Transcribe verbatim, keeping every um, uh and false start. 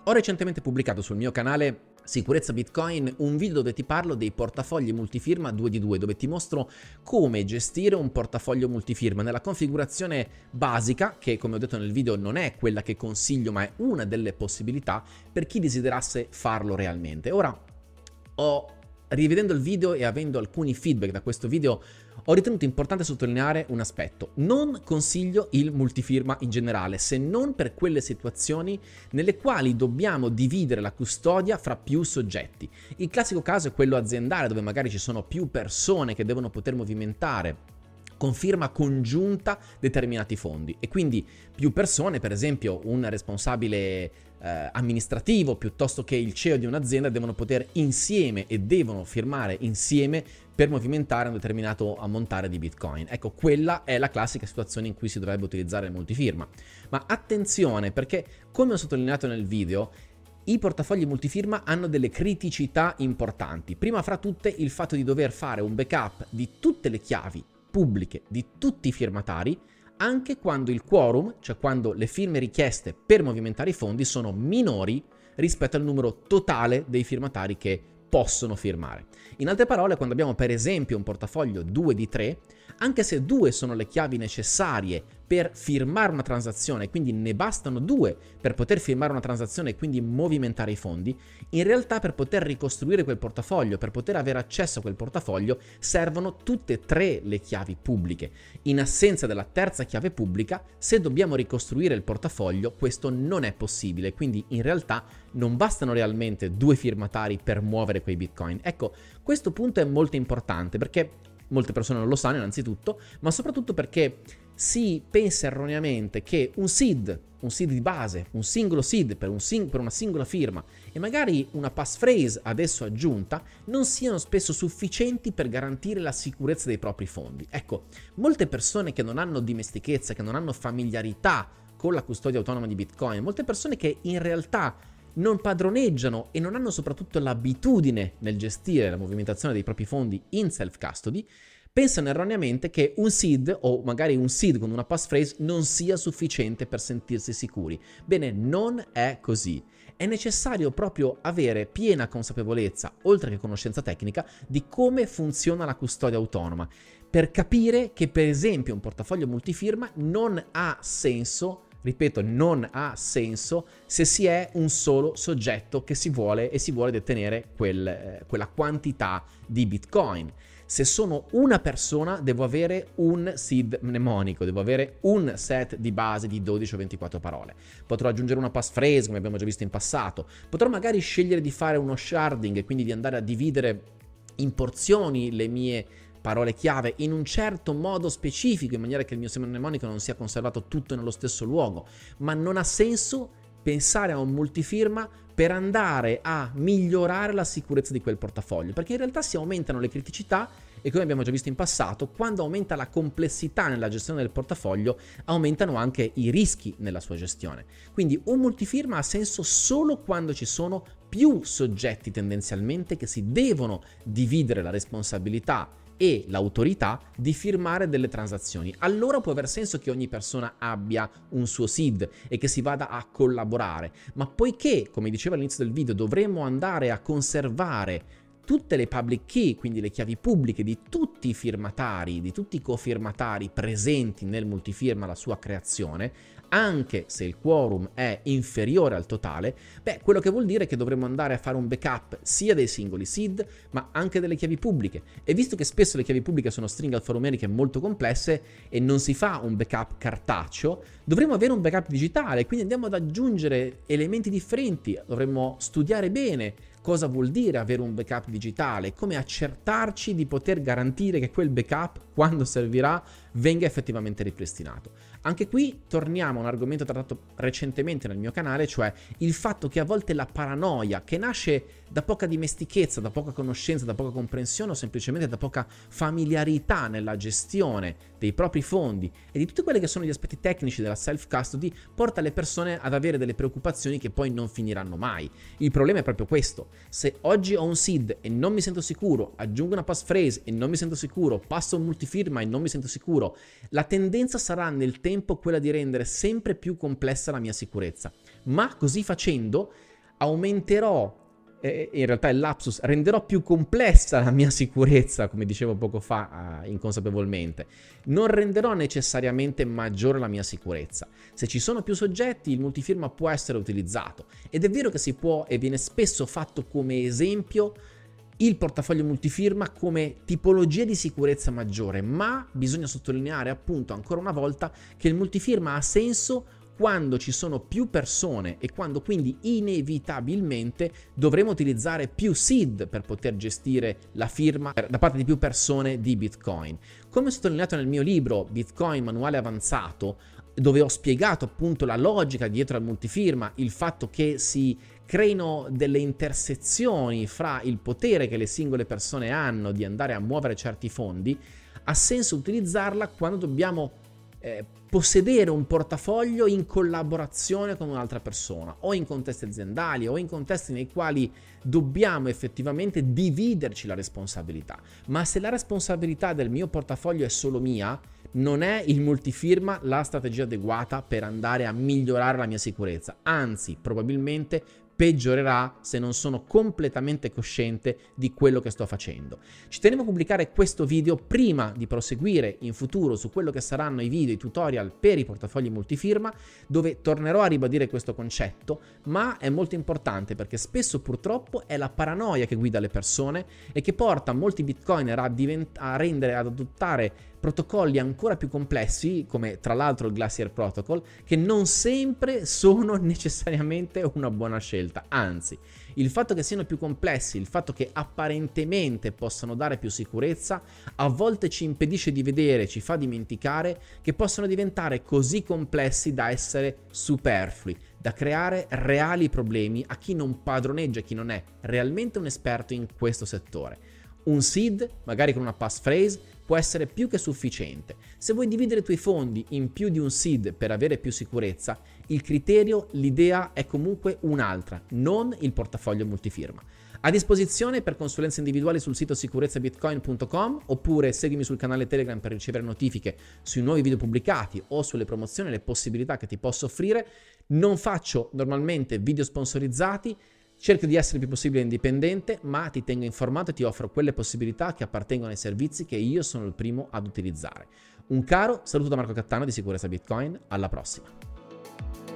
Ho recentemente pubblicato sul mio canale Sicurezza Bitcoin un video dove ti parlo dei portafogli multifirma due di due, dove ti mostro come gestire un portafoglio multifirma nella configurazione basica, che come ho detto nel video non è quella che consiglio, ma è una delle possibilità per chi desiderasse farlo realmente. Ora, ho rivedendo il video e avendo alcuni feedback da questo video, ho ritenuto importante sottolineare un aspetto. Non consiglio il multifirma in generale, se non per quelle situazioni nelle quali dobbiamo dividere la custodia fra più soggetti. Il classico caso è quello aziendale, dove magari ci sono più persone che devono poter movimentare con firma congiunta determinati fondi, e quindi più persone, per esempio un responsabile eh, amministrativo piuttosto che il C E O di un'azienda, devono poter insieme e devono firmare insieme per movimentare un determinato ammontare di Bitcoin. Ecco, quella è la classica situazione in cui si dovrebbe utilizzare il multifirma. Ma attenzione, perché come ho sottolineato nel video, i portafogli multifirma hanno delle criticità importanti. Prima fra tutte il fatto di dover fare un backup di tutte le chiavi pubbliche di tutti i firmatari, anche quando il quorum, cioè quando le firme richieste per movimentare i fondi, sono minori rispetto al numero totale dei firmatari che possono firmare. In altre parole, quando abbiamo per esempio un portafoglio due di tre, anche se due sono le chiavi necessarie per firmare una transazione, quindi ne bastano due per poter firmare una transazione e quindi movimentare i fondi, in realtà per poter ricostruire quel portafoglio, per poter avere accesso a quel portafoglio, servono tutte e tre le chiavi pubbliche. In assenza della terza chiave pubblica, se dobbiamo ricostruire il portafoglio, questo non è possibile, quindi in realtà non bastano realmente due firmatari per muovere quei Bitcoin. Ecco, questo punto è molto importante perché molte persone non lo sanno innanzitutto, ma soprattutto perché si pensa erroneamente che un seed, un seed di base, un singolo seed per, un sing- per una singola firma e magari una passphrase adesso aggiunta non siano spesso sufficienti per garantire la sicurezza dei propri fondi. Ecco, molte persone che non hanno dimestichezza, che non hanno familiarità con la custodia autonoma di Bitcoin, molte persone che in realtà non padroneggiano e non hanno soprattutto l'abitudine nel gestire la movimentazione dei propri fondi in self-custody, pensano erroneamente che un seed o magari un seed con una passphrase non sia sufficiente per sentirsi sicuri. Bene, non è così. È necessario proprio avere piena consapevolezza, oltre che conoscenza tecnica, di come funziona la custodia autonoma, per capire che per esempio un portafoglio multifirma non ha senso. Ripeto, non ha senso se si è un solo soggetto che si vuole e si vuole detenere quel, eh, quella quantità di Bitcoin. Se sono una persona, devo avere un seed mnemonico, devo avere un set di base di dodici o ventiquattro parole. Potrò aggiungere una passphrase, come abbiamo già visto in passato. Potrò magari scegliere di fare uno sharding e quindi di andare a dividere in porzioni le mie parole chiave in un certo modo specifico, in maniera che il mio mnemonico non sia conservato tutto nello stesso luogo, ma non ha senso pensare a un multifirma per andare a migliorare la sicurezza di quel portafoglio, perché in realtà si aumentano le criticità e, come abbiamo già visto in passato, quando aumenta la complessità nella gestione del portafoglio, aumentano anche i rischi nella sua gestione. Quindi un multifirma ha senso solo quando ci sono più soggetti tendenzialmente che si devono dividere la responsabilità e l'autorità di firmare delle transazioni. Allora può aver senso che ogni persona abbia un suo seed e che si vada a collaborare, ma poiché, come dicevo all'inizio del video, dovremmo andare a conservare tutte le public key, quindi le chiavi pubbliche di tutti i firmatari, di tutti i cofirmatari presenti nel multifirma alla sua creazione, anche se il quorum è inferiore al totale, beh, quello che vuol dire è che dovremmo andare a fare un backup sia dei singoli seed, ma anche delle chiavi pubbliche. E visto che spesso le chiavi pubbliche sono stringhe alfanumeriche molto complesse e non si fa un backup cartaceo, dovremmo avere un backup digitale, quindi andiamo ad aggiungere elementi differenti, dovremmo studiare bene cosa vuol dire avere un backup digitale, come accertarci di poter garantire che quel backup, quando servirà, venga effettivamente ripristinato. Anche qui torniamo a un argomento trattato recentemente nel mio canale, cioè il fatto che a volte la paranoia, che nasce da poca dimestichezza, da poca conoscenza, da poca comprensione o semplicemente da poca familiarità nella gestione dei propri fondi e di tutti quelli che sono gli aspetti tecnici della self-custody, porta le persone ad avere delle preoccupazioni che poi non finiranno mai. Il problema è proprio questo: se oggi ho un seed e non mi sento sicuro, aggiungo una passphrase e non mi sento sicuro, passo un multifirma e non mi sento sicuro, la tendenza sarà nel tempo quella di rendere sempre più complessa la mia sicurezza. Ma così facendo aumenterò, eh, in realtà è il lapsus, renderò più complessa la mia sicurezza, come dicevo poco fa, eh, inconsapevolmente. Non renderò necessariamente maggiore la mia sicurezza. Se ci sono più soggetti, il multifirma può essere utilizzato. Ed è vero che si può e viene spesso fatto come esempio il portafoglio multifirma come tipologia di sicurezza maggiore, ma bisogna sottolineare appunto ancora una volta che il multifirma ha senso quando ci sono più persone e quando quindi inevitabilmente dovremo utilizzare più seed per poter gestire la firma da parte di più persone di Bitcoin. Come sottolineato nel mio libro Bitcoin Manuale Avanzato, dove ho spiegato appunto la logica dietro al multifirma, il fatto che si creino delle intersezioni fra il potere che le singole persone hanno di andare a muovere certi fondi, ha senso utilizzarla quando dobbiamo eh, possedere un portafoglio in collaborazione con un'altra persona, o in contesti aziendali o in contesti nei quali dobbiamo effettivamente dividerci la responsabilità. Ma se la responsabilità del mio portafoglio è solo mia, non è il multifirma la strategia adeguata per andare a migliorare la mia sicurezza, anzi probabilmente peggiorerà se non sono completamente cosciente di quello che sto facendo. Ci tenevo a pubblicare questo video prima di proseguire in futuro su quello che saranno i video, i tutorial per i portafogli multifirma, dove tornerò a ribadire questo concetto, ma è molto importante perché spesso purtroppo è la paranoia che guida le persone e che porta molti bitcoiner a, divent- a rendere, ad adottare protocolli ancora più complessi, come tra l'altro il Glacier Protocol, che non sempre sono necessariamente una buona scelta. Anzi, il fatto che siano più complessi, il fatto che apparentemente possano dare più sicurezza, a volte ci impedisce di vedere, ci fa dimenticare che possono diventare così complessi da essere superflui, da creare reali problemi a chi non padroneggia, a chi non è realmente un esperto in questo settore. Un seed, magari con una passphrase, può essere più che sufficiente. Se vuoi dividere i tuoi fondi in più di un seed per avere più sicurezza, il criterio, l'idea è comunque un'altra, non il portafoglio multifirma. A disposizione per consulenze individuali sul sito sicurezza bitcoin punto com, oppure seguimi sul canale Telegram per ricevere notifiche sui nuovi video pubblicati o sulle promozioni e le possibilità che ti posso offrire. Non faccio normalmente video sponsorizzati. Cerco di essere il più possibile indipendente, ma ti tengo informato e ti offro quelle possibilità che appartengono ai servizi che io sono il primo ad utilizzare. Un caro saluto da Marco Cattano di Sicurezza Bitcoin, alla prossima!